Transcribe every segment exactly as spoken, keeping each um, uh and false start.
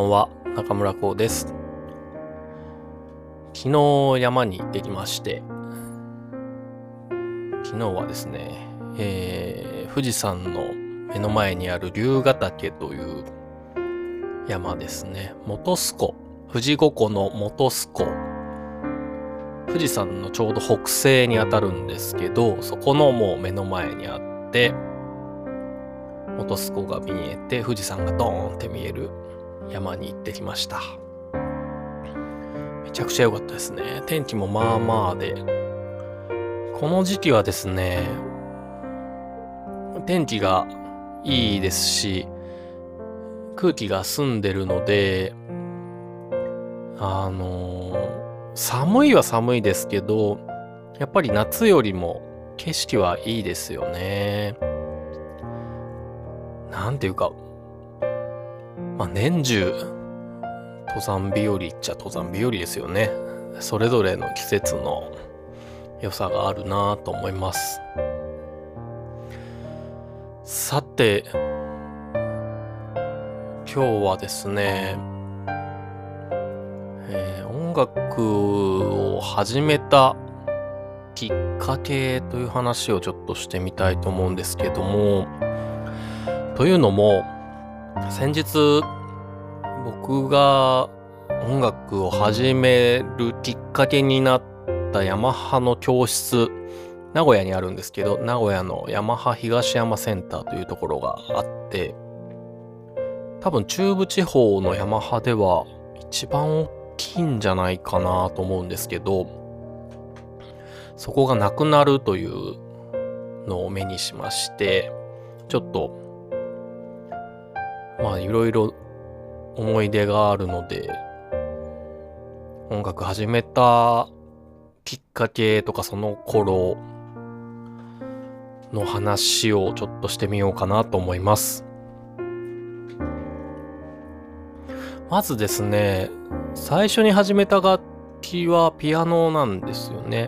んは、中村光です。昨日山に行ってきまして、昨日はですね、えー、富士山の目の前にある龍ヶ岳という山ですね。本栖湖、富士五湖の本栖湖。富士山のちょうど北西にあたるんですけど、そこのもう目の前にあって、本栖湖が見えて富士山がドーンって見える山に行ってきました。めちゃくちゃ良かったですね。天気もまあまあで、この時期はですね、天気がいいですし、空気が澄んでるので、あのー、寒いは寒いですけど、やっぱり夏よりも景色はいいですよね。なんていうか、まあ、年中登山日和っちゃ登山日和ですよね。それぞれの季節の良さがあるなと思います。さて、今日はですね、えー、音楽を始めたきっかけという話をちょっとしてみたいと思うんですけども、というのも、先日僕が音楽を始めるきっかけになったヤマハの教室、名古屋にあるんですけど、名古屋のヤマハ東山センターというところがあって、多分中部地方のヤマハでは一番大きいんじゃないかなと思うんですけど、そこがなくなるというのを目にしまして、ちょっとまあいろいろ思い出があるので、音楽始めたきっかけとかその頃の話をちょっとしてみようかなと思います。まずですね、最初に始めた楽器はピアノなんですよね。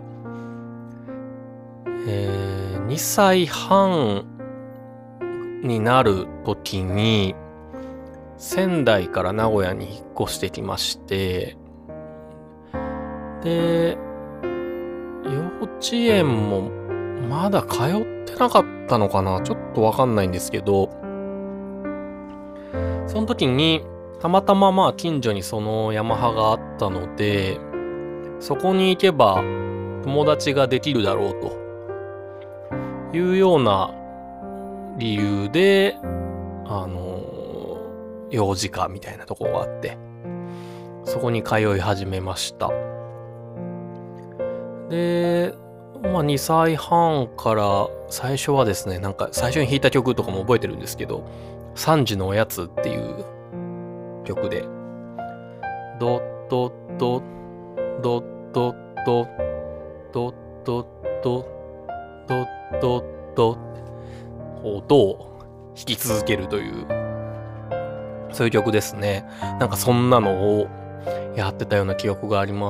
えー、にさいはんになる時に仙台から名古屋に引っ越してきまして、で、幼稚園もまだ通ってなかったのかな、ちょっとわかんないんですけど、その時にたまたままあ近所にそのヤマハがあったので、そこに行けば友達ができるだろうというような理由で、あの幼児科みたいなところがあって、そこに通い始めました。で、まあにさいはんから最初はですね、なんか最初に弾いた曲とかも覚えてるんですけど、さんじのおやつっていう曲で、ドッドッドッドッドッドッドッドッドッドッドッドッ音を弾き続けるという、そういう曲ですね。なんかそんなのをやってたような記憶があります。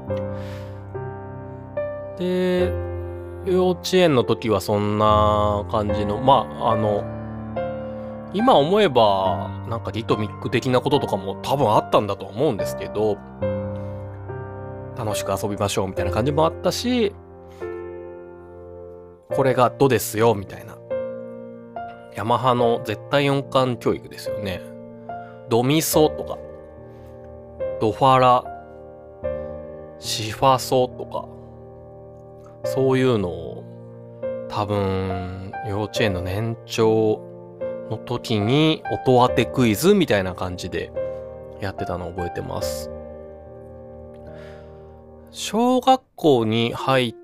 で、幼稚園の時はそんな感じの、まあ、あの、今思えば、なんかリトミック的なこととかも多分あったんだと思うんですけど、楽しく遊びましょうみたいな感じもあったし、これがドですよみたいな。ヤマハの絶対音感教育ですよね。ドミソとか、ドファラ、シファソとか、そういうのを多分幼稚園の年長の時に音当てクイズみたいな感じでやってたのを覚えてます。小学校に入って、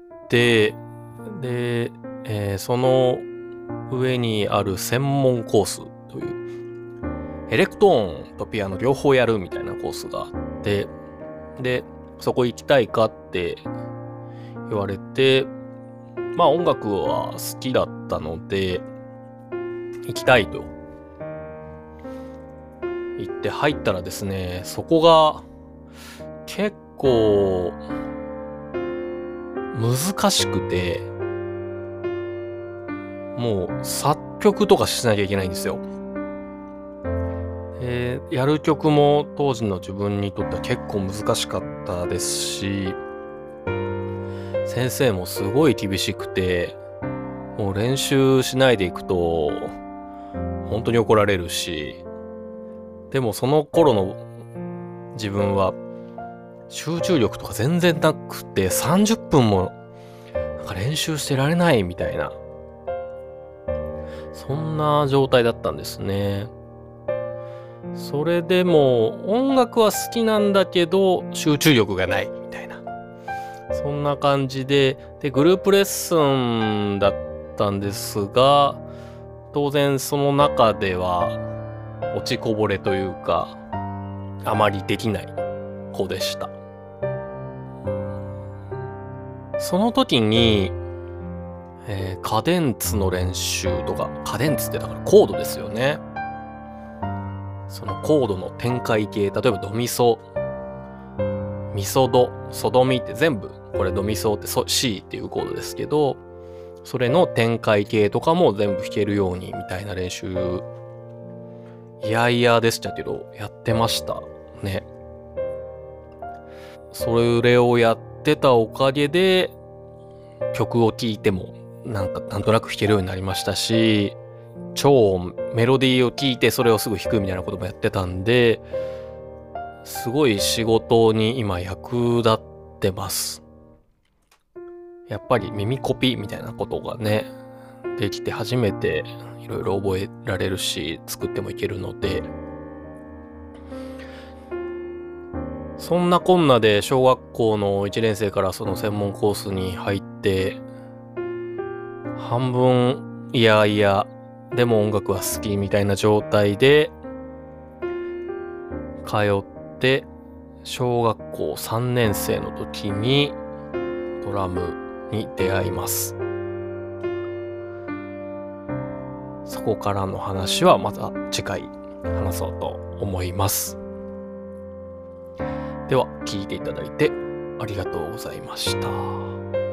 で、えー、その上にある専門コースという、エレクトーンとピアノ両方やるみたいなコースがあって、で、そこ行きたいかって言われて、まあ音楽は好きだったので、行きたいと言って入ったらですね、そこが結構難しくて、もう作曲とかしなきゃいけないんですよ。えで、やる曲も当時の自分にとっては結構難しかったですし、先生もすごい厳しくて、もう練習しないでいくと本当に怒られるし、でもその頃の自分は集中力とか全然なくて、さんじゅっぷんもなんか練習してられないみたいな、そんな状態だったんですね。それでも音楽は好きなんだけど集中力がないみたいな、そんな感じで、でグループレッスンだったんですが、当然その中では落ちこぼれというかあまりできない子でした。その時に、えー、カデンツの練習とか、カデンツってだからコードですよね。そのコードの展開系、例えばドミソ、ミソド、ソドミって全部これドミソってソ C っていうコードですけど、それの展開系とかも全部弾けるようにみたいな練習、いやいやでしたけどやってましたね。それをやってたおかげで曲を聴いてもなんかなんとなく弾けるようになりましたし、超音メロディーを聴いてそれをすぐ弾くみたいなこともやってたんで、すごい仕事に今役立ってます。やっぱり耳コピみたいなことがねできて初めていろいろ覚えられるし、作ってもいけるので、そんなこんなで小学校のいちねん生からその専門コースに入って、半分いやいやでも音楽は好きみたいな状態で通って、小学校さんねん生の時にドラムに出会います。そこからの話はまた次回話そうと思います。では聞いていただいてありがとうございました。